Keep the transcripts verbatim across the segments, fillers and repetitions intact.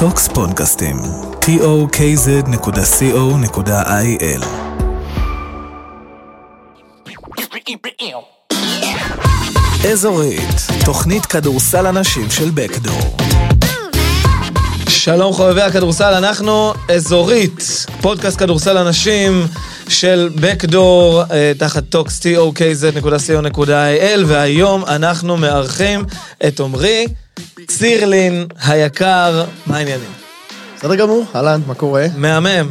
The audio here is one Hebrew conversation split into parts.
טוקס פודקאסטים, טי או קיי זד נקודה סי או נקודה איי אל. אזורית, תוכנית כדורסל אנשים של בקדור. שלום חובבי הכדורסל, אנחנו אזורית, פודקאסט כדורסל אנשים של בקדור, תחת טוקס טי או קיי זד נקודה סי או נקודה איי אל, והיום אנחנו מארחים את עומרי צירלין היקר. מה העניינים? בסדר גמור, אהלן, מה קורה? מהמם.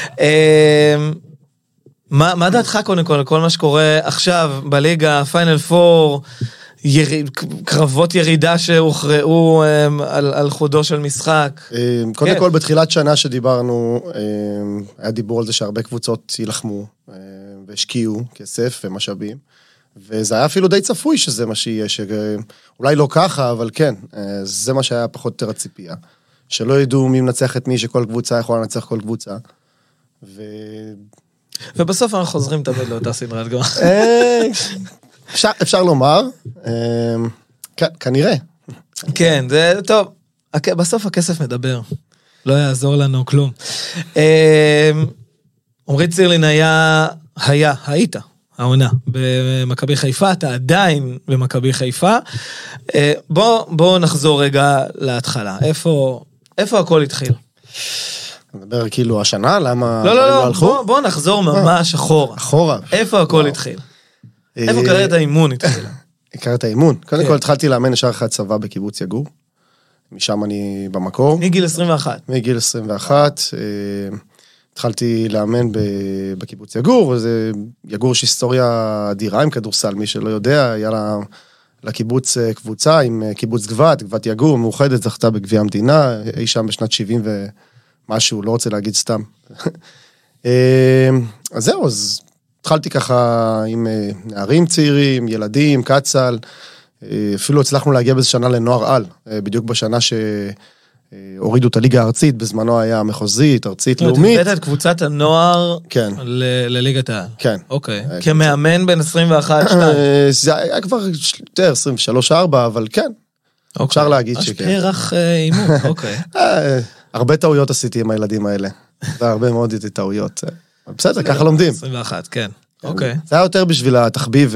מה, מה דעתך קודם כל, כל מה שקורה עכשיו בליגה, פיינל פור, יריד, קרבות ירידה שהוכרעו על, על חודו של משחק? קודם כל, בתחילת שנה שדיברנו, היה דיבור על זה שהרבה קבוצות ילחמו, והשקיעו כסף ומשאבים, וזה היה אפילו די צפוי שזה מה שיהיה, שאולי לא ככה, אבל כן, זה מה שהיה פחות יותר הציפייה. שלא ידעו מי מנצח את מי, שכל קבוצה יכולה לנצח כל קבוצה. ו... ובסוף אנחנו חוזרים תמיד לאותה סדרת גמר. אפשר, אפשר לומר, כנראה. כן, זה טוב. בסוף הכסף מדבר. לא יעזור לנו כלום. עומרי צירלין היה, היה, היית, העונה, במכבי חיפה, אתה עדיין במכבי חיפה. בוא, בוא נחזור רגע להתחלה. איפה, איפה הכל התחיל? נדבר כאילו השנה, למה... לא, לא, לא, בוא, בוא נחזור ממש אחורה. אחורה. איפה הכל התחיל? איפה קריירת האימון התחילה? קריירת האימון. קודם כל התחלתי לאמן ישר אחרי הצבא בקיבוץ יגור. משם אני במקור. מגיל עשרים ואחת. מגיל עשרים ואחת. התחלתי לאמן בקיבוץ יגור, וזה יגור יש היסטוריה אדירה עם כדורסל, מי שלא יודע, היה לה... לקיבוץ קבוצה עם קיבוץ גבת, גבת יגור, מאוחדת, זכתה בגביע המדינה, אי שם בשנת שבעים ומשהו, לא רוצה להגיד סתם. אז זהו, אז התחלתי ככה עם נערים צעירים, ילדים, קצל, אפילו הצלחנו להגיע באיזה שנה לנוער על, בדיוק בשנה שהורידו את הליגה הארצית, בזמנו היה מחוזית, ארצית, לאומית. הבאת את קבוצת הנוער לליגת העל. כן. אוקיי. כמאמן בין עשרים ואחת שתיים. זה היה כבר יותר עשרים ושלוש ארבע, אבל כן. אפשר להגיד שכן. פרח אימון, אוקיי. הרבה טעויות עשיתי עם הילדים האלה. והרבה מאוד טעויות. בסדר, ככה לומדים. עשרים ואחת, כן. אוקיי. זה היה יותר בשביל התחביב,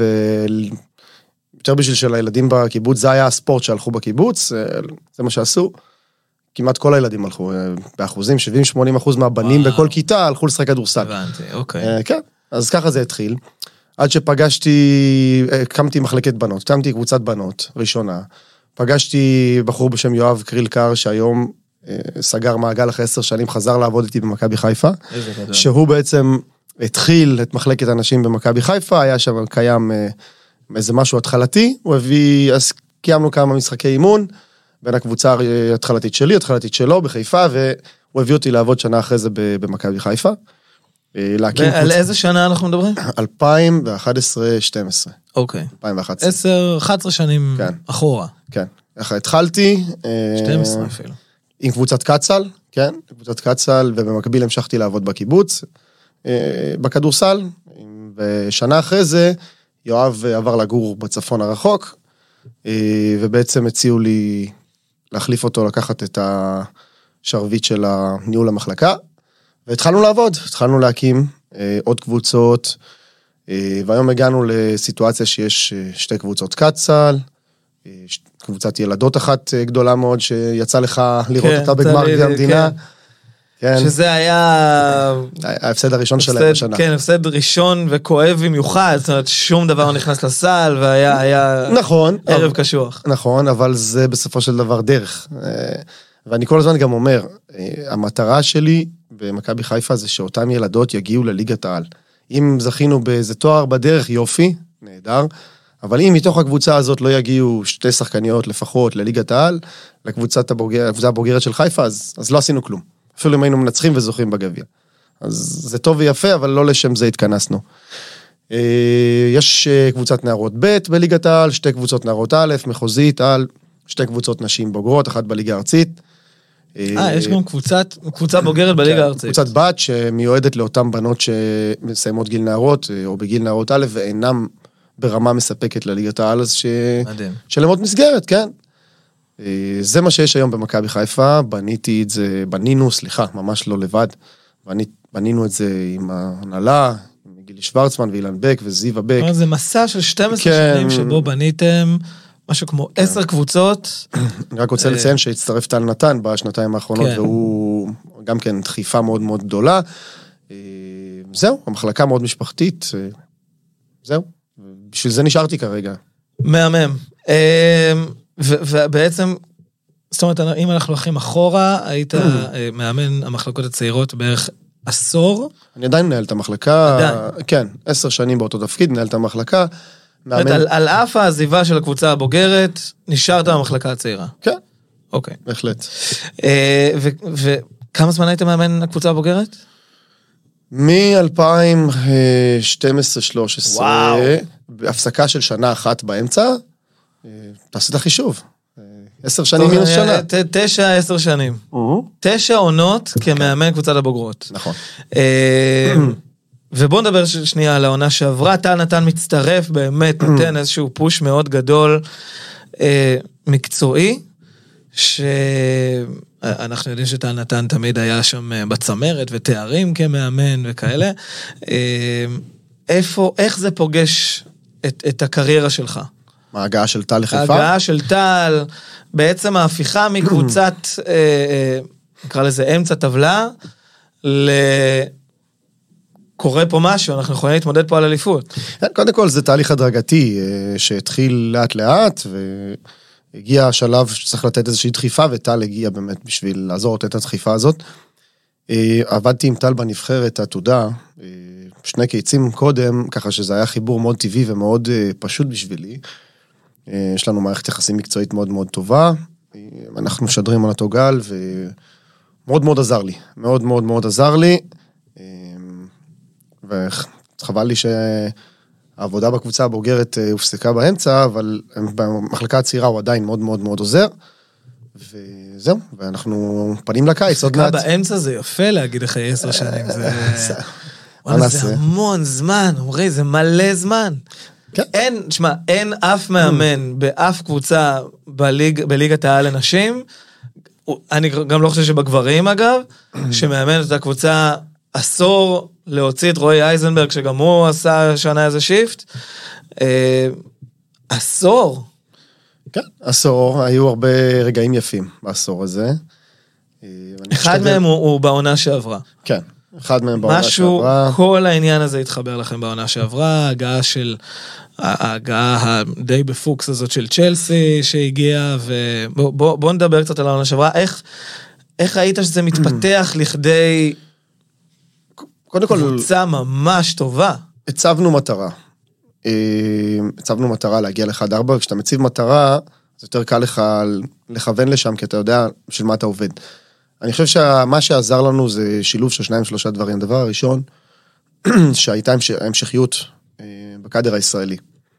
יותר בשביל של הילדים בקיבוץ, זה היה הספורט שהלכו בקיבוץ, זה מה שעשו. כמעט כל הילדים הלכו באחוזים, שבעים שמונים אחוז מהבנים בכל כיתה הלכו לשחק כדורסל. הבנתי, אוקיי. כן, אז ככה זה התחיל. עד שפגשתי, קמתי מחלקת בנות, קמתי קבוצת בנות, ראשונה. פגשתי בחור בשם יואב קרילקר, שהיום סגר מעגל אחרי עשר שנים, חזר לעבוד איתי במכבי חיפה. שהוא בעצם התחיל את מחלקת הנשים במכבי חיפה, היה שם קיים איזה משהו התחלתי, הוא הביא, אז קיימנו כמה משחקי אימון, בין הקבוצה התחלתית שלי, התחלתית שלו בחיפה, והוא הביא אותי לעבוד שנה אחרי זה במכבי חיפה. על איזה שנה אנחנו מדברים? אלפיים ואחת עשרה שתים עשרה. אוקיי. אלפיים ואחת עשרה. עשר, אחת עשרה שנים אחורה. כן. ככה התחלתי. שתים עשרה אפילו. עם קבוצת קצל, כן, קבוצת קצל, ובמקביל המשכתי לעבוד בקיבוץ, בכדורסל, ושנה אחרי זה, יואב עבר לגור בצפון הרחוק, ובעצם הציעו לי להחליף אותו, לקחת את השרביט של הניהול המחלקה, והתחלנו לעבוד, התחלנו להקים עוד קבוצות, והיום הגענו לסיטואציה שיש שתי קבוצות קצל, קבוצת ילדות אחת גדולה מאוד, שיצא לך לראות אותה בגמר גביע המדינה. שזה היה... ההפסד הראשון שלהם בשנה. כן, הפסד ראשון וכואב במיוחד, זאת אומרת, שום דבר נכנס לסל, והיה ערב קשוח. נכון, אבל זה בסופו של דבר דרך. ואני כל הזמן גם אומר, המטרה שלי במכבי חיפה זה שאותם ילדות יגיעו לליגת העל. אם זכינו באיזה תואר בדרך, יופי, נהדר, אבל אם מתוך הקבוצה הזאת לא יגיעו שתי שחקניות לפחות לליגת העל, לקבוצת הבוגר, הקבוצה הבוגרת של חיפה, אז, אז לא עשינו כלום. אפילו אם היינו מנצחים וזוכים בגביע. אז זה טוב ויפה, אבל לא לשם זה התכנסנו. יש קבוצת נערות ב' בליגת העל, שתי קבוצות נערות א', מחוזית, על, שתי קבוצות נשים בוגרות, אחת בליגה הארצית. אה, יש גם קבוצת, קבוצה בוגרת בליגה הארצית. קבוצת בת שמיועדת לאותן בנות שמסיימות גיל נערות, או בגיל נערות א', ואינם ברמה מספקת לליגת העל, אז ש... שלמות מסגרת, כן. זה מה שיש היום במכבי חיפה, בניתי את זה, בנינו, סליחה, ממש לא לבד, בנינו את זה עם ההנהלה, עם גילי שוורצמן ואילן בק וזיווה בק. זה מסע של שתים עשרה שנים שבו בניתם משהו כמו עשר קבוצות. אני רק רוצה לציין שהצטרף טל נתן בשנתיים האחרונות, והוא גם כן דחיפה מאוד מאוד גדולה. זהו, המחלקה מאוד משפחתית, זהו, בשביל זה נשארתי כרגע. מהמם. ובעצם, זאת אומרת, אם אנחנו הולכים אחורה, היית מאמן המחלקות הצעירות בערך עשור? אני עדיין מנהל את המחלקה. עדיין? כן, עשר שנים באותו תפקיד, מנהל את המחלקה. מאמן... על, על אף העזיבה של הקבוצה הבוגרת, נשארת במחלקה הצעירה. כן. אוקיי. בהחלט. וכמה זמן היית מאמן הקבוצה הבוגרת? מ-אלפיים שתים עשרה שלוש עשרה, בהפסקה של שנה אחת באמצע, תעשי את החישוב. עשר שנים מינוס שנה. תשע, עשר שנים. תשע עונות כמאמן קבוצת הבוגרות. נכון. ובואו נדבר שנייה על העונה שעברה, טל נתן מצטרף, באמת נותן איזשהו פוש מאוד גדול, מקצועי, שאנחנו יודעים שטל נתן תמיד היה שם בצמרת ותארים כמאמן וכאלה. איפה, איך זה פוגש את, את הקריירה שלך? מה, ההגעה של טל לחיפה? ההגעה של טל, בעצם ההפיכה מקבוצת, נקרא לזה אמצע טבלה, ל... קורה פה משהו, אנחנו יכולים להתמודד פה על אליפות. קודם כל זה תהליך הדרגתי, שהתחיל לאט לאט, והגיע השלב שצריך לתת איזושהי דחיפה, וטל הגיע באמת בשביל לעזור לתת את הדחיפה הזאת. עבדתי עם טל בנבחרת העתודה, שני קיצים קודם, ככה שזה היה חיבור מאוד טבעי ומאוד פשוט בשבילי. יש לנו מערכת יחסים מקצועית מאוד מאוד טובה, אנחנו משדרים על אותו גל, ומאוד מאוד עזר לי, מאוד מאוד מאוד עזר לי, וחבל לי שהעבודה בקבוצה הבוגרת הופסקה באמצע, אבל במחלקה הצעירה הוא עדיין מאוד מאוד מאוד עוזר, וזהו, ואנחנו פנים לקיץ עוד מעט. באמצע זה יפה להגיד אחרי עשר שנים, זה המון זמן, אומרי, זה מלא זמן. אין, שמה, אין אף מאמן באף קבוצה בליגת העל לנשים, אני גם לא חושב שבגברים אגב, שמאמן את הקבוצה עשור להוציא את רועי אייזנברג, שגם הוא עשה שנה איזה שיפט, עשור. כן, עשור, היו הרבה רגעים יפים בעשור הזה. אחד מהם הוא בעונה שעברה. כן, אחד מהם בעונה שעברה. משהו, כל העניין הזה התחבר לכם בעונה שעברה, ההגעה של, ההגעה הדי בפוקס הזאת של צ'לסי שהגיעה, ובוא נדבר קצת על העונה שעברה, איך, איך ראית שזה מתפתח לכדי קודם כל, קבוצה ממש טובה. הצבנו מטרה. הצבנו מטרה להגיע ל-אחד ארבע, וכשאתה מציב מטרה, זה יותר קל לך לכוון לשם, כי אתה יודע של מה אתה עובד. אני חושב שמה שעזר לנו זה שילוב של שניים שלושה דברים. הדבר הראשון, שהייתה המשכיות בקאדר הישראלי.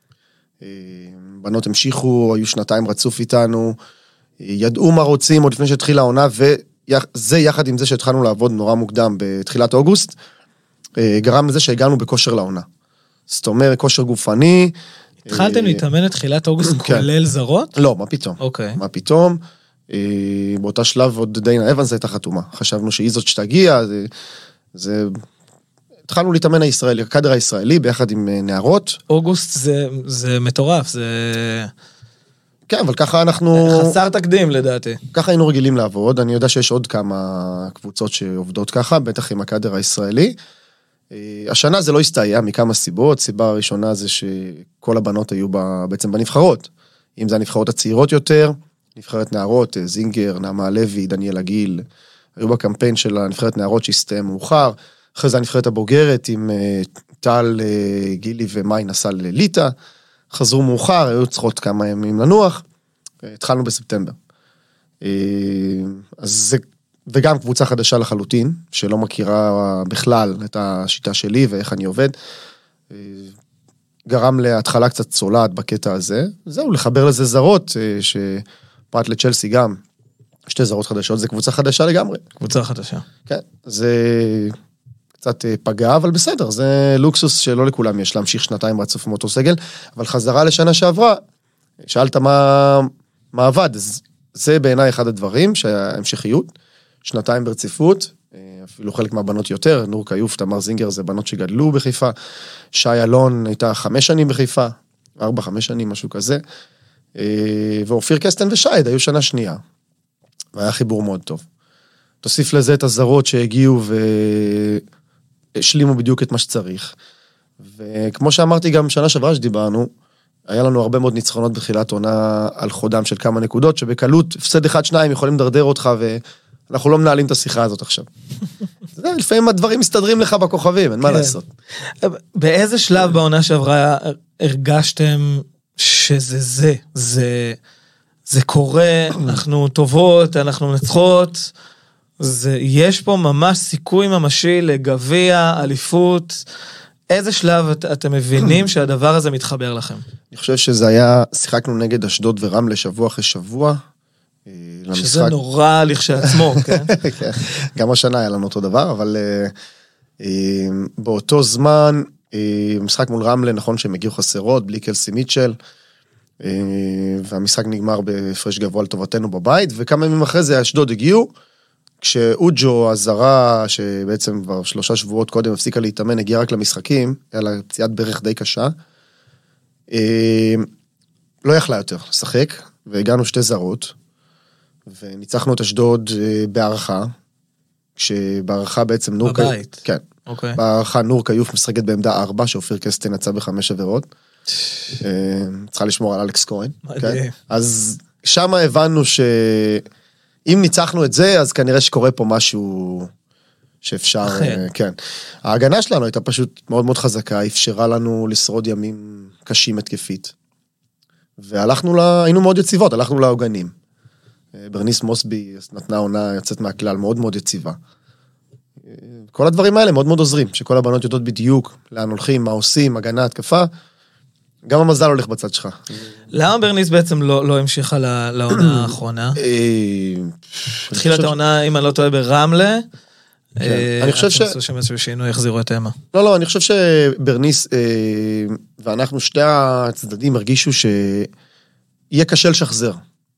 בנות המשיכו, היו שנתיים רצוף איתנו, ידעו מה רוצים עוד לפני שהתחילה העונה, וזה יחד עם זה שהתחלנו לעבוד נורא מוקדם בתחילת אוגוסט, גרם לזה שהגענו בכושר לעונה. זאת אומרת, כושר גופני. התחלתם להתאמן את תחילת אוגוסט כולל זרות? לא, מה פתאום. אוקיי. מה פתאום? באותה שלב עוד דיינה אבנס הייתה חתומה. חשבנו שהיא זאת שתגיע, זה... התחלנו להתאמן הישראלי, הקאדר הישראלי, ביחד עם נערות. אוגוסט זה, זה מטורף, זה... כן, אבל ככה אנחנו... חסר תקדים לדעתי. ככה היינו רגילים לעבוד, אני יודע שיש עוד כמה קבוצות שעובדות ככה, בטח עם הקאדר הישראלי. השנה זה לא הסתייע מכמה סיבות, סיבה הראשונה זה שכל הבנות היו בעצם בנבחרות. אם זה הנבחרות הצעירות יותר, נבחרת נערות, זינגר, נעמה לוי, דניאל הגיל, היו בקמפיין של הנבחרת נערות שהסתיים מאוחר, אחרי זה הנבחרת הבוגרת עם טל, גילי ומאי נסע לליטה, חזרו מאוחר, היו צריכות כמה ימים לנוח, התחלנו בספטמבר. אז זה, וגם קבוצה חדשה לחלוטין, שלא מכירה בכלל את השיטה שלי ואיך אני עובד, גרם להתחלה קצת צולעת בקטע הזה, זהו, לחבר לזה זרות, שפרט לצ'לסי גם, שתי זרות חדשות, זה קבוצה חדשה לגמרי. קבוצה חדשה. כן, זה קצת פגע, אבל בסדר, זה לוקסוס שלא לכולם יש להמשיך שנתיים רצוף עם אותו סגל, אבל חזרה לשנה שעברה, שאלת מה, מה עבד, זה בעיניי אחד הדברים, שההמשכיות, שנתיים ברציפות, אפילו חלק מהבנות יותר, נור קיוף, תמר זינגר, זה בנות שגדלו בחיפה, שי אלון הייתה חמש שנים בחיפה, ארבע, חמש שנים, משהו כזה, ואופיר קסטן ושייד היו שנה שנייה, והיה חיבור מאוד טוב. תוסיף לזה את הזרות שהגיעו והשלימו בדיוק את מה שצריך, וכמו שאמרתי גם שנה שעברה שדיברנו, היה לנו הרבה מאוד ניצחונות בתחילת עונה על חודם של כמה נקודות, שבקלות הפסד אחד שניים יכולים לדרדר אותך, ואנחנו לא מנהלים את השיחה הזאת עכשיו. זה, לפעמים הדברים מסתדרים לך בכוכבים, אין מה לעשות. באיזה שלב בעונה שעברה הרגשתם שזה זה, זה, זה קורה, אנחנו טובות, אנחנו נצחות, זה, יש פה ממש סיכוי ממשי לגביע, אליפות, איזה שלב את, אתם מבינים שהדבר הזה מתחבר לכם? אני חושב שזה היה, שיחקנו נגד אשדוד ורמלה שבוע אחרי שבוע. שזה למשחק... נורא לכשעצמו, כן? כן? גם השנה היה לנו אותו דבר, אבל באותו זמן, משחק מול רמלה, נכון שהם הגיעו חסרות, בלי קלסי מיטשל, והמשחק נגמר בהפרש גבוה לטובתנו בבית, וכמה ימים אחרי זה אשדוד הגיעו, כשאוג'ו הזרה, שבעצם כבר שלושה שבועות קודם הפסיקה להתאמן, הגיעה רק למשחקים, היה לה פציעת ברך די קשה, לא יכלה יותר לשחק, והגענו שתי זרות, וניצחנו את אשדוד בהערכה, כשבהערכה בעצם נור קיוף, בבית. כן, אוקיי. בהערכה נור קיוף משחקת בעמדה ארבע, שאופיר קסטן יצא בחמש עבירות, צריכה לשמור על אלכס כהן, כן? אז שם הבנו ש... אם ניצחנו את זה, אז כנראה שקורה פה משהו שאפשר, כן. ההגנה שלנו הייתה פשוט מאוד מאוד חזקה, אפשרה לנו לשרוד ימים קשים התקפית. והלכנו לה, היינו מאוד יציבות, הלכנו לעוגנים. ברניס מוסבי נתנה עונה יוצאת מהכלל, מאוד מאוד יציבה. כל הדברים האלה מאוד מאוד עוזרים, שכל הבנות יודעות בדיוק לאן הולכים, מה עושים, הגנה, התקפה, גם המזל הולך בצד שלך. למה ברניס בעצם לא המשיכה לעונה האחרונה? התחילה את העונה, אם אני לא טועה, ברמלה. אני חושב ש... ששינו יחזירו את אמה. לא, לא, אני חושב שברניס, ואנחנו שתי הצדדים הרגישו שיהיה קשה לשחזר.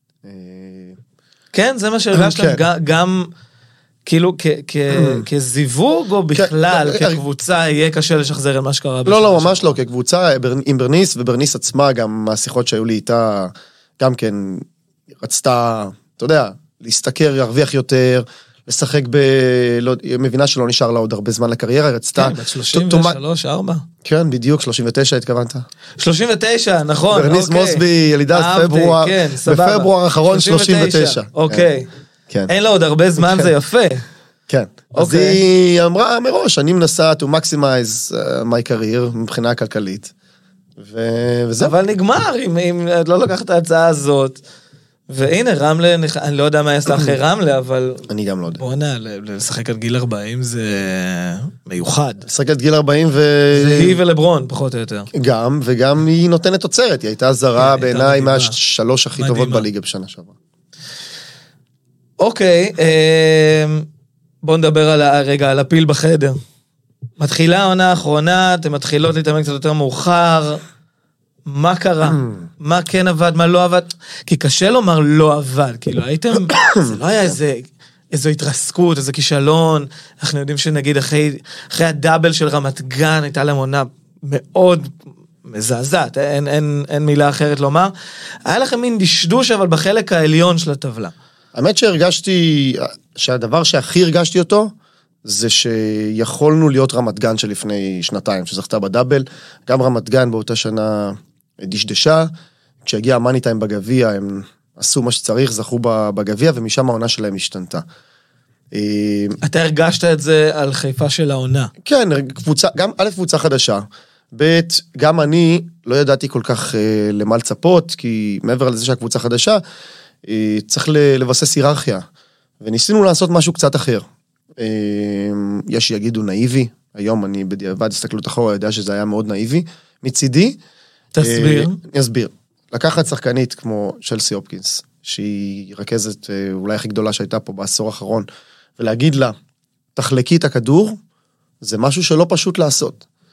כן, זה מה שהרגשתם גם... כאילו כזיווג או בכלל, כקבוצה, יהיה קשה לשחזר על מה שקרה. לא, לא, ממש לא, כקבוצה עם ברניס, וברניס עצמה, גם מהשיחות שהיו לי איתה, גם כן רצתה, אתה יודע, להסתכר, להרוויח יותר, לשחק ב... מבינה שלא נשאר לה עוד הרבה זמן לקריירה, רצתה... כן, בת שלושים ושלוש, ארבע. כן, בדיוק, שלושים ותשע התכוונת. שלושים ותשע, נכון, אוקיי. ברניס מוסבי, ילידת פברואר, בפברואר האחרון שלושים ותשע. אוקיי. אין לה עוד הרבה זמן, זה יפה. כן. אז היא אמרה מראש, אני מנסה to maximize my career מבחינה כלכלית. וזה. אבל נגמר, אם את לא לקחת את ההצעה הזאת. והנה, רמלה, אני לא יודע מה יעשה אחרי רמלה, אבל... אני גם לא יודע. בוא'נה, לשחק עד גיל ארבעים זה מיוחד. לשחק עד גיל ארבעים ו... זה היא ולברון, פחות או יותר. גם, וגם היא נותנת תוצרת. היא הייתה זרה בעיניי מהשלוש הכי טובות בליגה בשנה שעברה. אוקיי, בואו נדבר על הרגע, על הפיל בחדר. מתחילה העונה האחרונה, אתם מתחילות להתאמן קצת יותר מאוחר, מה קרה? מה כן עבד, מה לא עבד? כי קשה לומר לא עבד, כאילו הייתם, זה לא היה איזה, איזו התרסקות, איזה כישלון, אנחנו יודעים שנגיד אחרי, אחרי הדאבל של רמת גן, הייתה להם עונה מאוד מזעזעת, אין, אין, אין מילה אחרת לומר, היה לכם מין דשדוש אבל בחלק העליון של הטבלה. האמת שהרגשתי, שהדבר שהכי הרגשתי אותו, זה שיכולנו להיות רמת גן של לפני שנתיים, שזכתה בדאבל, גם רמת גן באותה שנה דשדשה, כשהגיע המאני טיים בגביע, הם עשו מה שצריך, זכו בגביע, ומשם העונה שלהם השתנתה. אתה הרגשת את זה על חיפה של העונה. כן, קבוצה, גם א' קבוצה חדשה, ב' גם אני לא ידעתי כל כך למה לצפות, כי מעבר לזה שהקבוצה חדשה, צריך לבסס היררכיה, וניסינו לעשות משהו קצת אחר. יש שיגידו נאיבי, היום אני בדיעבד הסתכלות אחורה, יודע שזה היה מאוד נאיבי, מצידי. תסביר. אני אסביר. לקחת שחקנית כמו שלסי הופקינס, שהיא רכזת אולי הכי גדולה שהייתה פה בעשור האחרון, ולהגיד לה, תחלקי את הכדור, זה משהו שלא פשוט לעשות.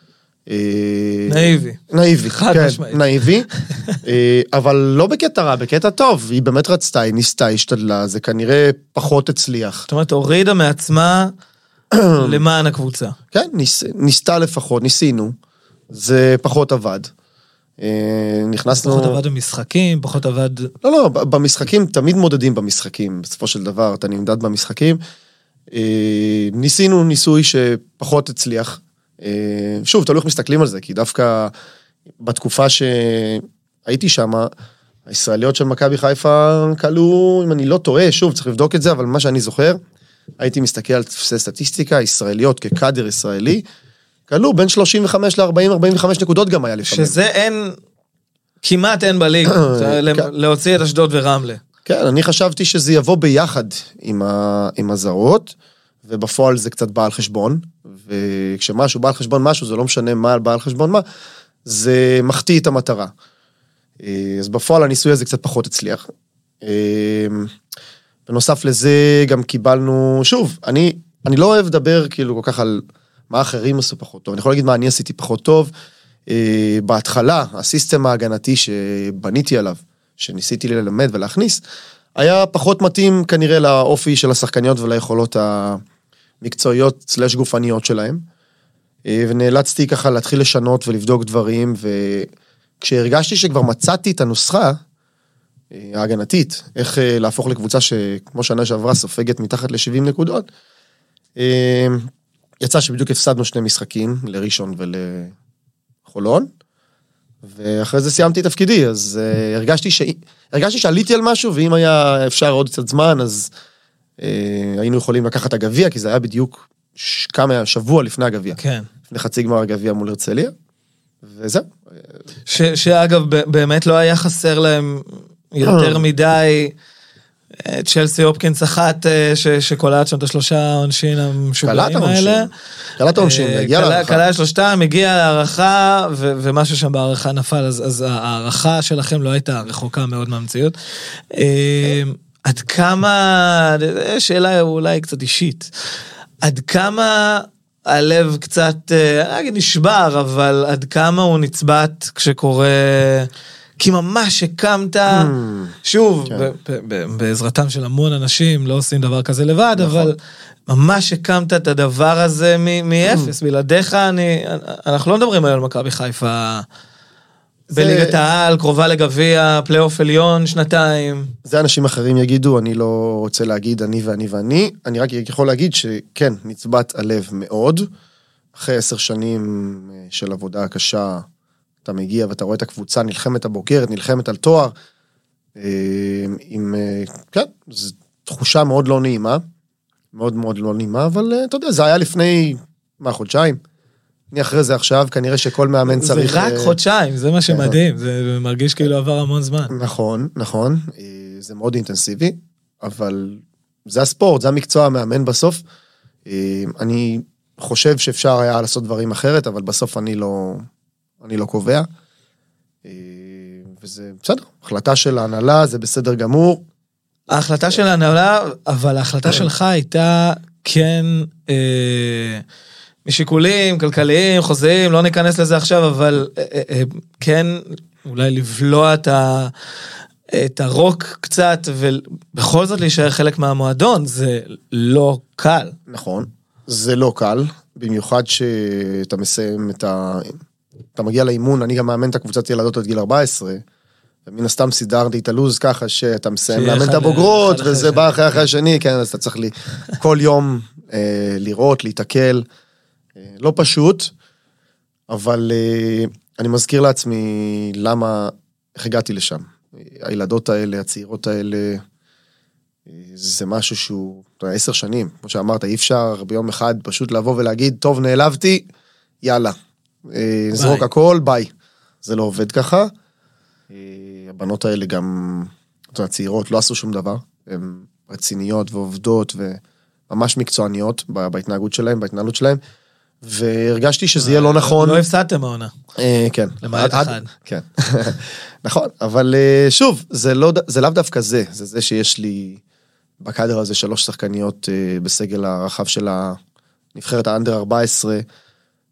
נאיבי. נאיבי, חד כן, משמעית. נאיבי, אבל לא בקטע רע, בקטע טוב, היא באמת רצתה, היא ניסתה, השתדלה, זה כנראה פחות הצליח. זאת אומרת, הורידה מעצמה למען הקבוצה. כן, ניס, ניסתה לפחות, ניסינו, זה פחות עבד. נכנסנו... פחות עבד במשחקים, פחות עבד... לא, לא, במשחקים, תמיד מודדים במשחקים, בסופו של דבר, אתה נמדד במשחקים. ניסינו ניסוי שפחות הצליח. שוב, תלוי איך מסתכלים על זה, כי דווקא בתקופה שהייתי שם, הישראליות של מכבי חיפה קלו, אם אני לא טועה, שוב, צריך לבדוק את זה, אבל מה שאני זוכר, הייתי מסתכל על תפסי סטטיסטיקה, ישראליות כקאדר ישראלי, קלו בין שלושים וחמש ל-ארבעים ארבעים וחמש נקודות גם היה לפעמים. שזה אין, כמעט אין בליג, להוציא את אשדוד ורמלה. כן, אני חשבתי שזה יבוא ביחד עם, ה, עם הזרות, ובפועל זה קצת בא על חשבון, וכשמשהו בא על חשבון משהו, זה לא משנה מה בא על חשבון מה, זה מחטיא את המטרה. אז בפועל הניסוי הזה קצת פחות הצליח. בנוסף לזה גם קיבלנו, שוב, אני, אני לא אוהב לדבר כאילו כל כך על מה אחרים עשו פחות טוב, אני יכול להגיד מה אני עשיתי פחות טוב, בהתחלה, הסיסטם ההגנתי שבניתי עליו, שניסיתי ללמד ולהכניס, היה פחות מתאים כנראה לאופי של השחקניות וליכולות המקצועיות סלש גופניות שלהם, ונאלצתי ככה להתחיל לשנות ולבדוק דברים, וכשהרגשתי שכבר מצאתי את הנוסחה ההגנתית, איך להפוך לקבוצה שכמו שנה שעברה סופגת מתחת ל-שבעים נקודות, יצא שבדיוק הפסדנו שני משחקים, לראשון ולחולון, ואחרי זה סיימתי תפקידי, אז uh, הרגשתי, ש... הרגשתי שעליתי על משהו, ואם היה אפשר עוד קצת זמן, אז uh, היינו יכולים לקחת הגביע, כי זה היה בדיוק ש... כמה שבוע לפני הגביע. כן. לפני חצי גמר הגביע מול הרצליה, וזהו. ש... שאגב, באמת לא היה חסר להם יותר מדי, צ'לסי הופקינס אחת, ש... שקולעת שם את השלושה עונשין המשוגעים האלה. קלעת העונשין, הגיע להערכה. קלעת שלושתם, הגיע להערכה, ו... ומשהו שם בהערכה נפל, אז, אז ההערכה שלכם לא הייתה רחוקה מאוד מהמציאות. עד כמה, שאלה אולי קצת אישית, עד כמה הלב קצת, אני אגיד נשבר, אבל עד כמה הוא נצבט כשקורה... כי ממש הקמת, שוב, בעזרתם של המון אנשים, לא עושים דבר כזה לבד, אבל ממש הקמת את הדבר הזה מאפס, בלעדיך, אנחנו לא מדברים על מכבי חיפה, בליגת העל, קרובה לגביע, פלייאוף עליון, שנתיים. זה אנשים אחרים יגידו, אני לא רוצה להגיד אני ואני ואני, אני רק יכול להגיד שכן, נצבט הלב מאוד, אחרי עשר שנים של עבודה קשה, אתה מגיע ואתה רואה את הקבוצה נלחמת הבוגרת, נלחמת על תואר, עם, כן, זו תחושה מאוד לא נעימה, מאוד מאוד לא נעימה, אבל אתה יודע, זה היה לפני, מה, חודשיים? אני אחרי זה עכשיו, כנראה שכל מאמן צריך... זה רק חודשיים, זה מה שמדהים, זה מרגיש כאילו עבר המון זמן. נכון, נכון, זה מאוד אינטנסיבי, אבל זה הספורט, זה המקצוע המאמן בסוף, אני חושב שאפשר היה לעשות דברים אחרת, אבל בסוף אני לא... אני לא קובע, וזה בסדר, החלטה של ההנהלה, זה בסדר גמור. ההחלטה של ההנהלה, אבל ההחלטה שלך הייתה כן, אה, משיקולים, כלכליים, חוזיים, לא ניכנס לזה עכשיו, אבל אה, אה, כן, אולי לבלוע את, ה, את הרוק קצת, ובכל זאת להישאר חלק מהמועדון, זה לא קל. נכון, זה לא קל, במיוחד שאתה מסיים את ה... אתה מגיע לאימון, אני גם מאמן את הקבוצת ילדות עד גיל ארבע עשרה, ומן הסתם סידרתי את הלוז ככה שאתה מסיים לאמן את הבוגרות, וזה בא אחרי אחרי השני, כן, אז אתה צריך לי כל יום אה, לראות, להתעכל, אה, לא פשוט, אבל אה, אני מזכיר לעצמי למה, איך הגעתי לשם. הילדות האלה, הצעירות האלה, אה, זה משהו שהוא, אתה יודע, עשר שנים, כמו שאמרת, אי אפשר ביום אחד פשוט לבוא ולהגיד, טוב, נעלבתי, יאללה. זרוק הכל, ביי. זה לא עובד ככה. הבנות האלה גם, הצעירות, לא עשו שום דבר. הן רציניות ועובדות וממש מקצועניות בהתנהגות שלהן, בהתנהלות שלהן. והרגשתי שזה יהיה לא נכון. לא הפסדתם העונה. כן. למעט אחד. כן. נכון, אבל שוב, זה לאו דווקא זה. זה זה שיש לי בקאדר הזה שלוש שחקניות בסגל הרחב של הנבחרת האנדר ארבע עשרה,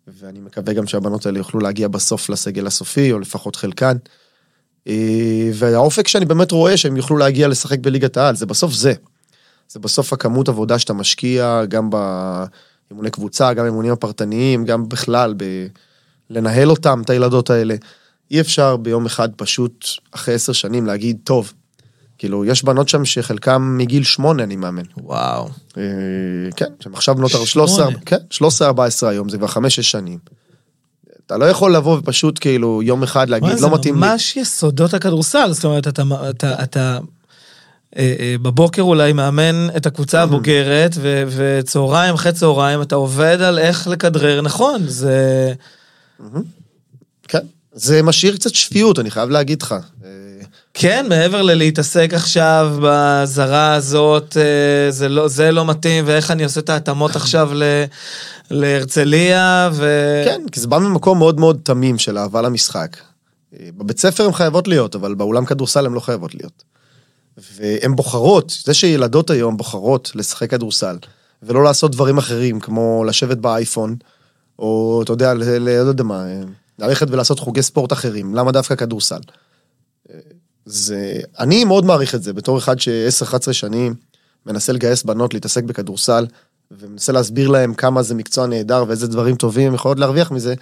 ואני מקווה גם שהבנות האלה יוכלו להגיע בסוף לסגל הסופי, או לפחות חלקן. והאופק שאני באמת רואה שהם יוכלו להגיע לשחק בליגת העל, זה בסוף זה. זה בסוף הכמות עבודה שאתה משקיע, גם באימוני קבוצה, גם באימונים הפרטניים, גם בכלל, ב... לנהל אותם, את הילדות האלה. אי אפשר ביום אחד פשוט, אחרי עשר שנים, להגיד, טוב, כאילו, יש בנות שם שחלקם מגיל שמונה, אני מאמן. וואו. כן, שהם עכשיו בנות שלוש עשרה, כן, שלוש עשרה ארבע עשרה היום, זה כבר חמש שש שנים. אתה לא יכול לבוא ופשוט כאילו יום אחד להגיד, לא מתאים לי. זה ממש יסודות הכדורסל, זאת אומרת, אתה, אתה, אתה בבוקר אולי מאמן את הקבוצה הבוגרת, ו, וצהריים, אחרי צהריים, אתה עובד על איך לכדרר, נכון, זה... כן, זה משאיר קצת שפיות, אני חייב להגיד לך. כן, מעבר ללהתעסק עכשיו בזרה הזאת, זה לא, זה לא מתאים, ואיך אני עושה את ההתאמות עכשיו ל... להרצליה, ו... כן, כי זה בא ממקום מאוד מאוד תמים של אהבה למשחק. בבית ספר הן חייבות להיות, אבל באולם כדורסל הן לא חייבות להיות. והן בוחרות, זה שילדות היום בוחרות לשחק כדורסל, ולא לעשות דברים אחרים, כמו לשבת באייפון, או אתה יודע, לא יודע מה, ללכת ולעשות חוגי ספורט אחרים, למה דווקא כדורסל? זה, אני מאוד מעריך את זה, בתור אחד ש-עשר אחת עשרה שנים, מנסה לגייס בנות להתעסק בכדורסל, ומנסה להסביר להם כמה זה מקצוע נהדר, ואיזה דברים טובים הם יכולות להרוויח מזה.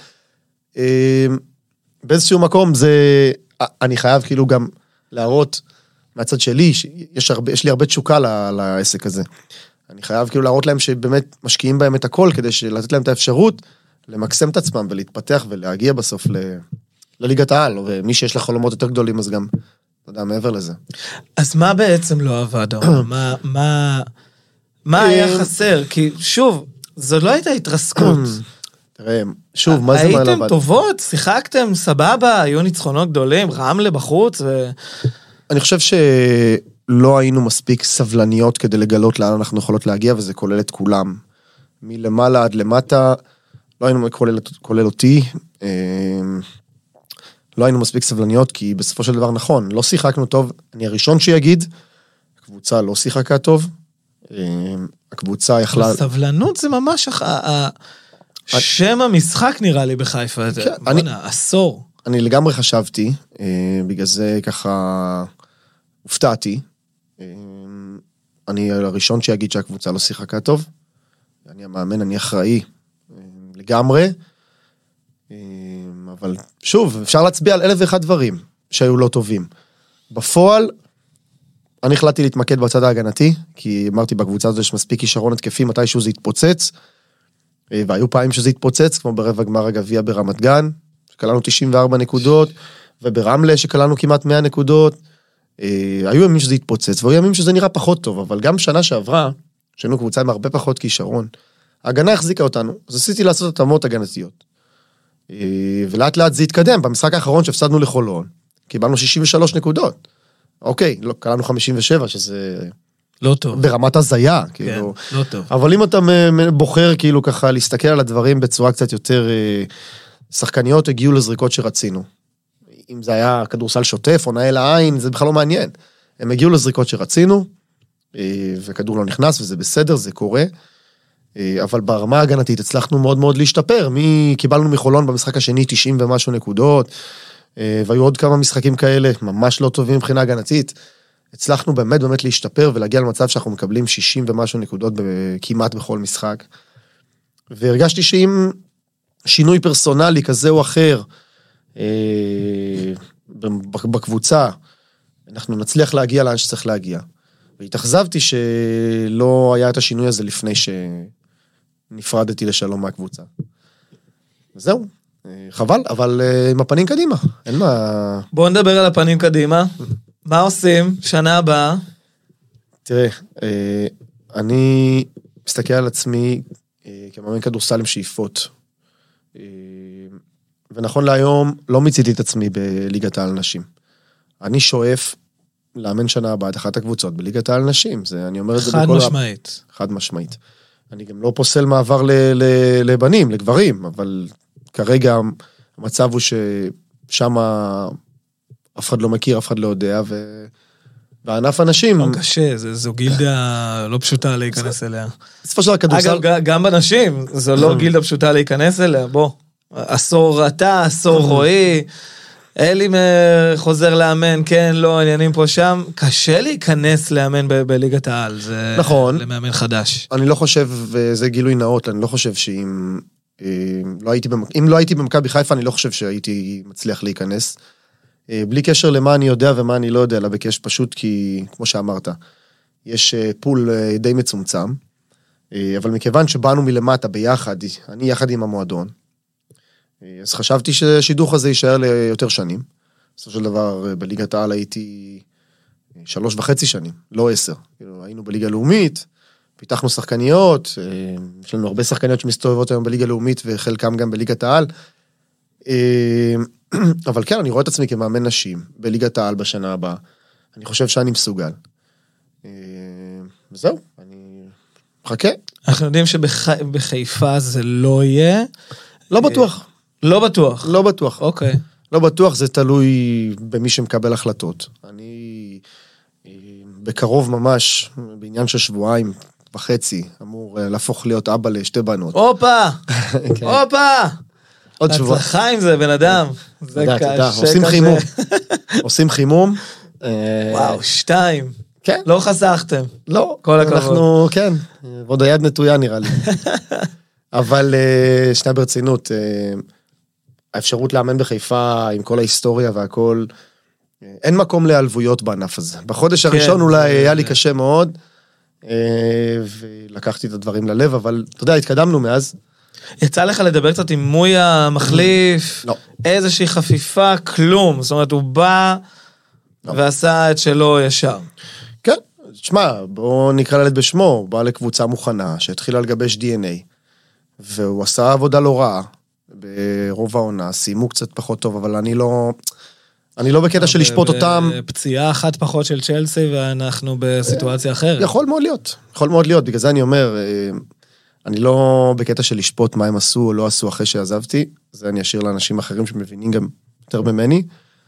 באיזשהו מקום זה, אני חייב כאילו גם להראות מהצד שלי, שיש הרבה, יש לי הרבה תשוקה לעסק הזה. אני חייב כאילו להראות להם שבאמת משקיעים בהם את הכל, כדי לתת להם את האפשרות, למקסם את עצמם ולהתפתח ולהגיע בסוף ל... לליגת העל, ומי שיש לה חלומות יותר גדולים, אז גם, אתה יודע, מעבר לזה. אז מה בעצם לא עבד? מה, מה, מה היה חסר? כי שוב, זו לא הייתה התרסקות. תראה, שוב, מה זה מה לא עבד? הייתם טובות, שיחקתם, סבבה, היו ניצחונות גדולים, רמלה בחוץ, ו... אני חושב שלא היינו מספיק סבלניות כדי לגלות לאן אנחנו יכולות להגיע, וזה כולל את כולם. מלמעלה עד למטה, לא היינו כולל, כולל אותי, לא היינו מספיק סבלניות, כי בסופו של דבר נכון, לא שיחקנו טוב, אני הראשון שיגיד, הקבוצה לא שיחקה טוב, הקבוצה יכלה... סבלנות זה ממש שם המשחק נראה לי בחיפה, בונה, עשור. אני לגמרי חשבתי, בגלל זה ככה הופתעתי, אני הראשון שיגיד שהקבוצה לא שיחקה טוב, אני המאמן, אני אחראי לגמרי, אבל שוב, אפשר להצביע על אלף ואחד דברים שהיו לא טובים. בפועל, אני החלטתי להתמקד בצד ההגנתי, כי אמרתי בקבוצה הזו יש מספיק כישרון התקפי, מתישהו זה יתפוצץ, והיו פעמים שזה יתפוצץ, כמו ברבע גמר הגביע ברמת גן, שקלענו תשעים וארבע נקודות, וברמלה שקלענו כמעט מאה נקודות, היו ימים שזה יתפוצץ, והיו ימים שזה נראה פחות טוב, אבל גם שנה שעברה, שהיינו קבוצה עם הרבה פחות כישרון, ההגנה החזיקה אותנו, אז עשיתי לעשות התאמות הגנתיות. ולאט לאט זה התקדם, במשחק האחרון שהפסדנו לחולון, קיבלנו שישים ושלוש נקודות. אוקיי, לא, קלענו חמישים ושבע, שזה... לא טוב. ברמת הזיה, כן, כאילו. לא טוב. אבל אם אתה בוחר, כאילו, ככה, להסתכל על הדברים בצורה קצת יותר... שחקניות הגיעו לזריקות שרצינו. אם זה היה כדורסל שוטף או נאה לעין, זה בכלל לא מעניין. הם הגיעו לזריקות שרצינו, וכדור לא נכנס, וזה בסדר, זה קורה. אבל ברמה ההגנתית הצלחנו מאוד מאוד להשתפר. מי קיבלנו מחולון במשחק השני תשעים ומשהו נקודות, והיו עוד כמה משחקים כאלה, ממש לא טובים מבחינה הגנתית. הצלחנו באמת באמת להשתפר ולהגיע למצב שאנחנו מקבלים שישים ומשהו נקודות כמעט בכל משחק. והרגשתי שאם שינוי פרסונלי כזה או אחר בקבוצה, אנחנו נצליח להגיע לאן שצריך להגיע. והתאכזבתי שלא היה את השינוי הזה לפני שנפרדתי לשלום מהקבוצה. וזהו, חבל, אבל עם הפנים קדימה, אין מה... בואו נדבר על הפנים קדימה. מה עושים שנה הבאה? תראה, אני מסתכל על עצמי כמאמן כדורסל עם שאיפות. ונכון להיום, לא מציתי את עצמי בליגת העל נשים. אני שואף לאמן שנה הבאה את אחת הקבוצות בליגת העל נשים. זה, אני אומר את זה חד בכל... משמעית. חד משמעית. אני גם לא פוסל מעבר ל, ל, לבנים, לגברים, אבל כרגע המצב הוא ששם אף אחד לא מכיר, אף אחד לא יודע, בענף הנשים... קשה, זו גילדה לא פשוטה להיכנס אליה. בסופו של דבר כדורסל... אגב, גם בנשים, זו לא גילדה פשוטה להיכנס אליה, בוא. עשור אתה, עשור רועי, אלי חוזר לאמן, כן, לא, עניינים פה שם. קשה להיכנס לאמן בליגת העל, זה... נכון. למאמן חדש. אני לא חושב, וזה גילוי נאות, אני לא חושב שאם... לא הייתי במק... אם לא הייתי במכבי חיפה, אני לא חושב שהייתי מצליח להיכנס. בלי קשר למה אני יודע ומה אני לא יודע, אלא בקש פשוט כי, כמו שאמרת, יש פול די מצומצם, אבל מכיוון שבאנו מלמטה ביחד, אני יחד עם המועדון, אז חשבתי שהשידוך הזה יישאר ליותר שנים. בסופו של דבר, בליגת העל הייתי שלוש וחצי שנים, לא עשר. היינו בליגה לאומית, פיתחנו שחקניות, יש לנו הרבה שחקניות שמסתובבות היום בליגה לאומית, וחלקם גם בליגת העל. אבל כן, אני רואה את עצמי כמאמן נשים, בליגת העל בשנה הבאה. אני חושב שאני מסוגל. וזהו, אני מחכה. אנחנו יודעים שבחיפה זה לא יהיה. לא בטוח. לא בטוח. לא בטוח. אוקיי. לא בטוח, זה תלוי במי שמקבל החלטות. אני בקרוב ממש, בעניין של שבועיים וחצי, אמור להפוך להיות אבא לשתי בנות. הופה! הופה! עוד שבוע. הצלחה עם זה, בן אדם. זה קשה. עושים חימום. עושים חימום. וואו, שתיים. כן. לא חסכתם. לא. כל הכבוד. אנחנו, כן, עוד היד נטויה נראה לי. אבל שנייה ברצינות, האפשרות לאמן בחיפה עם כל ההיסטוריה והכל, אין מקום להלוויות בענף הזה. בחודש הראשון אולי היה לי קשה מאוד, ולקחתי את הדברים ללב, אבל אתה יודע, התקדמנו מאז. יצא לך לדבר קצת עם מוי המחליף, לא. איזושהי חפיפה, כלום. זאת אומרת, הוא בא ועשה את שלו ישר. כן, תשמע, בואו נקרא לילד בשמו, הוא בא לקבוצה מוכנה, שהתחילה לגבש די אן איי, והוא עשה עבודה לא רעה, ברוב העונה, סיימו קצת פחות טוב, אבל אני לא, אני לא בקטע של לשפוט אותם. פציעה אחת פחות של צ'לסי, ואנחנו בסיטואציה אחרת. יכול מאוד להיות, יכול מאוד להיות, בגלל זה אני אומר, אני לא בקטע של לשפוט מה הם עשו או לא עשו אחרי שעזבתי, זה אני אשאיר לאנשים אחרים שמבינים גם יותר ממני.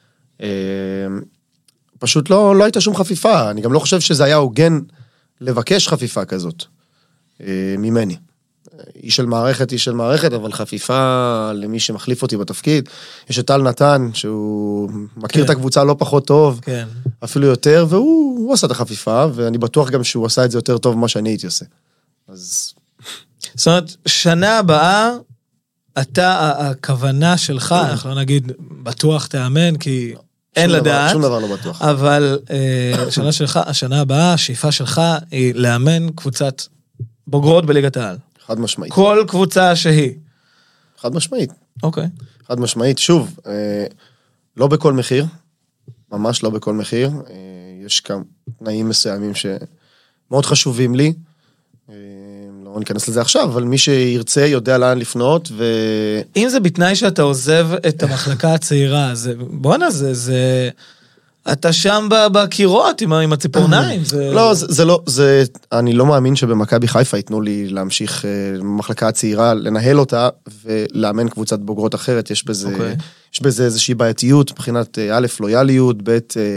פשוט לא, לא הייתה שום חפיפה, אני גם לא חושב שזה היה הוגן לבקש חפיפה כזאת, ממני. איש של מערכת, איש של מערכת, אבל חפיפה למי שמחליף אותי בתפקיד. יש את טל נתן, שהוא מכיר את הקבוצה לא פחות טוב, אפילו יותר, והוא עשה את החפיפה, ואני בטוח גם שהוא עשה את זה יותר טוב ממה שאני הייתי עושה. אז... זאת אומרת, שנה הבאה, אתה, הכוונה שלך, אנחנו לא נגיד, בטוח תאמן, כי אין לדעת. שום דבר לא בטוח. אבל השנה שלך, השנה הבאה, השאיפה שלך היא לאמן קבוצת בוגרות בליגת העל. חד משמעית. כל קבוצה שהיא. חד משמעית. אוקיי. חד משמעית. שוב, לא בכל מחיר, ממש לא בכל מחיר. יש כמה תנאים מסוימים שמאוד חשובים לי. לא ניכנס לזה עכשיו, אבל מי שירצה יודע לאן לפנות, ו... אם זה בתנאי שאתה עוזב את המחלקה הצעירה, זה, בוא'נה, זה, זה, אתה שם בקירות עם, עם הציפורניים. זה... לא, זה, זה לא, זה, אני לא מאמין שבמכבי חיפה ייתנו לי להמשיך במחלקה הצעירה, לנהל אותה, ולאמן קבוצת בוגרות אחרת, יש בזה, okay. יש בזה איזושהי בעייתיות, מבחינת א', לויאליות, ב',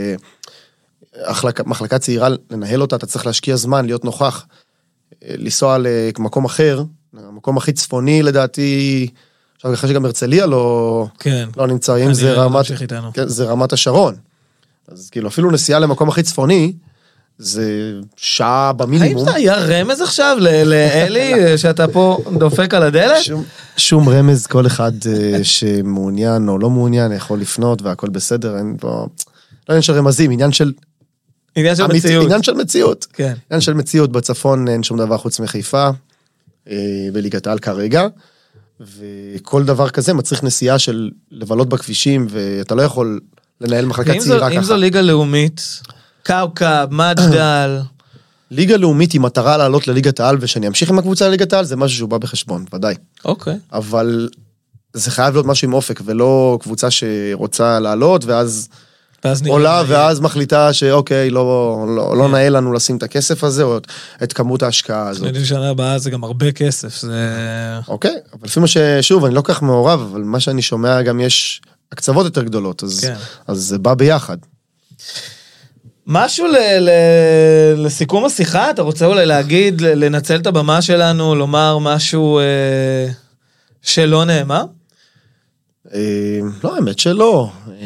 מחלקה צעירה, לנהל אותה, אתה צריך להשקיע זמן, להיות נוכח, לנסוע למקום אחר, המקום הכי צפוני לדעתי, עכשיו אחרי שגם הרצליה לא, כן. לא נמצאים, זה רמת, כן, זה רמת השרון. אז כאילו אפילו נסיעה למקום הכי צפוני, זה שעה במינימום. האם זה היה רמז עכשיו לאלי, שאתה פה דופק על הדלת? שום, שום רמז, כל אחד שמעוניין או לא מעוניין יכול לפנות והכל בסדר, אין פה, לא עניין של רמזים, עניין של עניין של אמיתי, מציאות. עניין של מציאות. כן. עניין של מציאות, בצפון אין שום דבר חוץ מחיפה, בליגת העל כרגע, וכל דבר כזה מצריך נסיעה של לבלות בכבישים, ואתה לא יכול לנהל מחלקה צעירה ככה. אם זו ליגה לאומית, קאוקאב, מג'דל. ליגה לאומית היא מטרה לעלות לליגת העל, ושאני אמשיך עם הקבוצה לליגת העל, זה משהו שהוא בא בחשבון, ודאי. אוקיי. אבל זה חייב להיות משהו עם אופק, ולא קבוצה שרוצה לעלות, ואז עולה, ואז מחליטה שאוקיי, לא, לא, לא נהל לנו לשים את הכסף הזה, או את כמות ההשקעה הזאת. שני שנה הבאה זה גם הרבה כסף, זה... אוקיי, אבל לפי מה ששוב, אני לא כך מעורב, אבל מה שאני שומע גם יש הקצוות יותר גדולות, אז, אז זה בא ביחד. משהו לסיכום השיחה? אתה רוצה אולי להגיד, לנצל את הבמה שלנו, לומר משהו שלא נאמר? לא, האמת שלא. אני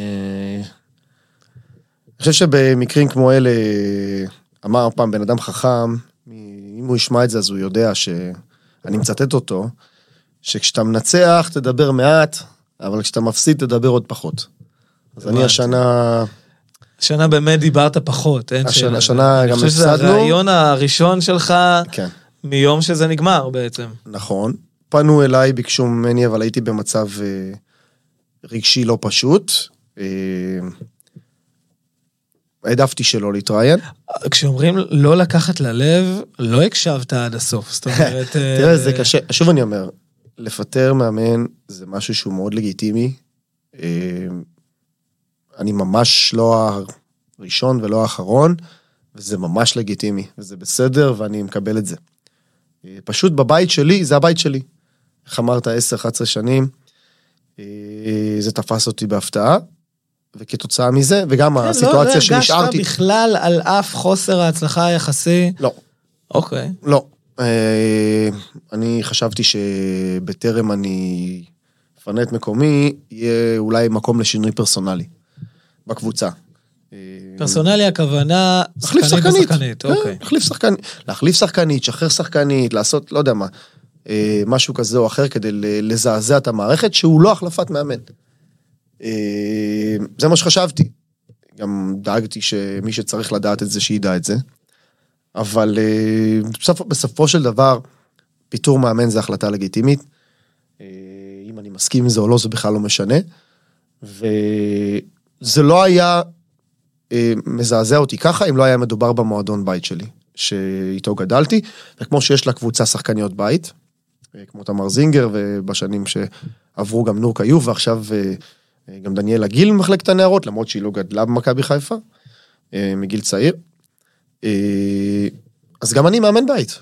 חושב שבמקרים כמו אלה, אמר פעם בן אדם חכם, אם הוא ישמע את זה, אז הוא יודע שאני מצטט אותו, שכשאתה מנצח, תדבר מעט, אבל כשאתה מפסיד, תדבר עוד פחות. אז אני השנה... השנה באמת דיברת פחות, אין שאלה. השנה גם הפסדנו. אני חושב שזה הרעיון הראשון שלך, כן. מיום שזה נגמר בעצם. נכון. פנו אליי, ביקשו ממני, אבל הייתי במצב רגשי לא פשוט. העדפתי שלא להתראיין. כשאומרים לא לקחת ללב, לא הקשבת עד הסוף. זאת אומרת... תראה, זה קשה. שוב אני אומר, לפטר מאמן זה משהו שהוא מאוד לגיטימי. אני ממש לא הראשון ולא האחרון, וזה ממש לגיטימי, וזה בסדר, ואני מקבל את זה. פשוט בבית שלי, זה הבית שלי. איך אמרת, עשר אחת עשרה שנים, זה תפס אותי בהפתעה, וכתוצאה מזה, וגם הסיטואציה שנשארתי... לא הרגשת בכלל על אף חוסר ההצלחה היחסי? לא. אוקיי. לא. אני חשבתי שבטרם אני אפנה את מקומי, יהיה אולי מקום לשינוי פרסונלי, בקבוצה. פרסונלי הכוונה, להחליף שחקנית. אוקיי. להחליף שחקנית, להחליף שחקנית, שחרר שחקנית, לעשות, לא יודע מה, משהו כזה או אחר, כדי לזעזע את המערכת, שהוא לא החלפת מאמן. זה מה שחשבתי. גם דאגתי שמי שצריך לדעת את זה, שידע את זה. אבל בסופו, בסופו של דבר, פיתור מאמן זה החלטה לגיטימית. אם אני מסכים עם זה או לא, זה בכלל לא משנה. וזה לא היה מזעזע אותי ככה, אם לא היה מדובר במועדון בית שלי, שאיתו גדלתי, וכמו שיש לה קבוצה שחקניות בית, כמו תמר זינגר, ובשנים שעברו גם נור קיוב, ועכשיו גם דניאל הגיל ממחלקת הנערות, למרות שהיא לא גדלה במכבי חיפה, מגיל צעיר. אז גם אני מאמן בית.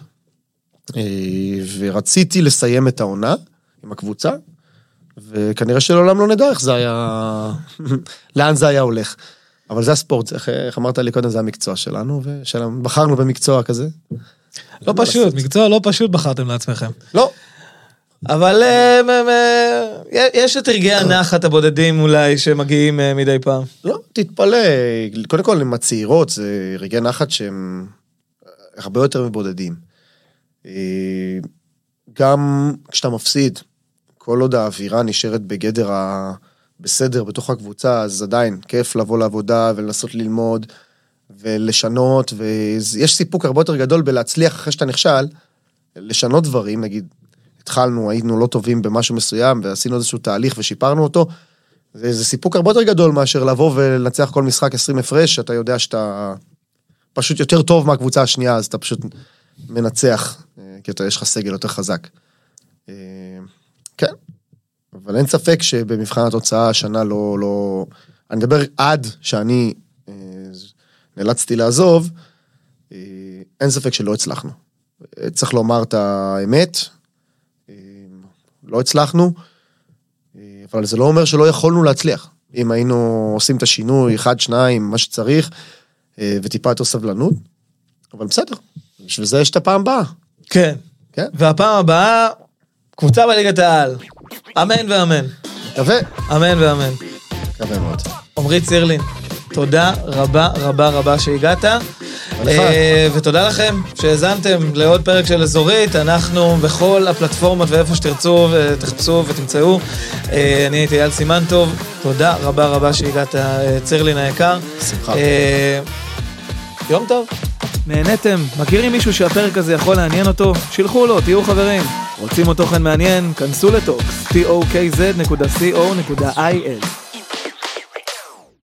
ורציתי לסיים את העונה עם הקבוצה, וכנראה שלעולם לא נדע איך זה היה, לאן זה היה הולך. אבל זה הספורט, איך אמרת לי קודם, זה המקצוע שלנו, ובחרנו במקצוע כזה. לא פשוט, מקצוע לא פשוט בחרתם לעצמכם. לא. אבל יש את רגעי הנחת הבודדים אולי שמגיעים מדי פעם. לא, תתפלא. קודם כל, עם הצעירות, זה רגעי נחת שהם הרבה יותר מבודדים. גם כשאתה מפסיד, כל עוד האווירה נשארת בגדר בסדר בתוך הקבוצה, אז עדיין כיף לבוא לעבודה ולנסות ללמוד ולשנות, ויש סיפוק הרבה יותר גדול בלהצליח אחרי שאתה נכשל, לשנות דברים, נגיד, התחלנו, היינו לא טובים במשהו מסוים, ועשינו איזשהו תהליך ושיפרנו אותו, זה, זה סיפוק הרבה יותר גדול מאשר לבוא ולנצח כל משחק עשרים הפרש, שאתה יודע שאתה פשוט יותר טוב מהקבוצה השנייה, אז אתה פשוט מנצח, כי אתה, יש לך סגל יותר חזק. כן, אבל אין ספק שבמבחן התוצאה השנה לא, לא, אני מדבר עד שאני נאלצתי לעזוב, אין ספק שלא הצלחנו. צריך לומר את האמת, לא הצלחנו, אבל זה לא אומר שלא יכולנו להצליח. אם היינו עושים את השינוי, אחד, שניים, מה שצריך, וטיפה יותר סבלנות, אבל בסדר, בשביל זה יש את הפעם הבאה. כן, כן. והפעם הבאה, קבוצה בליגת העל. אמן ואמן. מקווה. אמן ואמן. מקווה מאוד. עמרי צירלין, תודה רבה רבה רבה שהגעת. ותודה לכם שהזנתם לעוד פרק של אזורית, אנחנו בכל הפלטפורמות ואיפה שתרצו ותחפשו ותמצאו. אני הייתי אייל סימן טוב, תודה רבה רבה שהגעת צירלין היקר. שמחה. יום טוב. נהנתם? מכירים מישהו שהפרק הזה יכול לעניין אותו? שילחו לו, תהיו חברים. רוצים אותו תוכן מעניין? כנסו לטוקס, טוקס נקודה קו נקודה איי אל.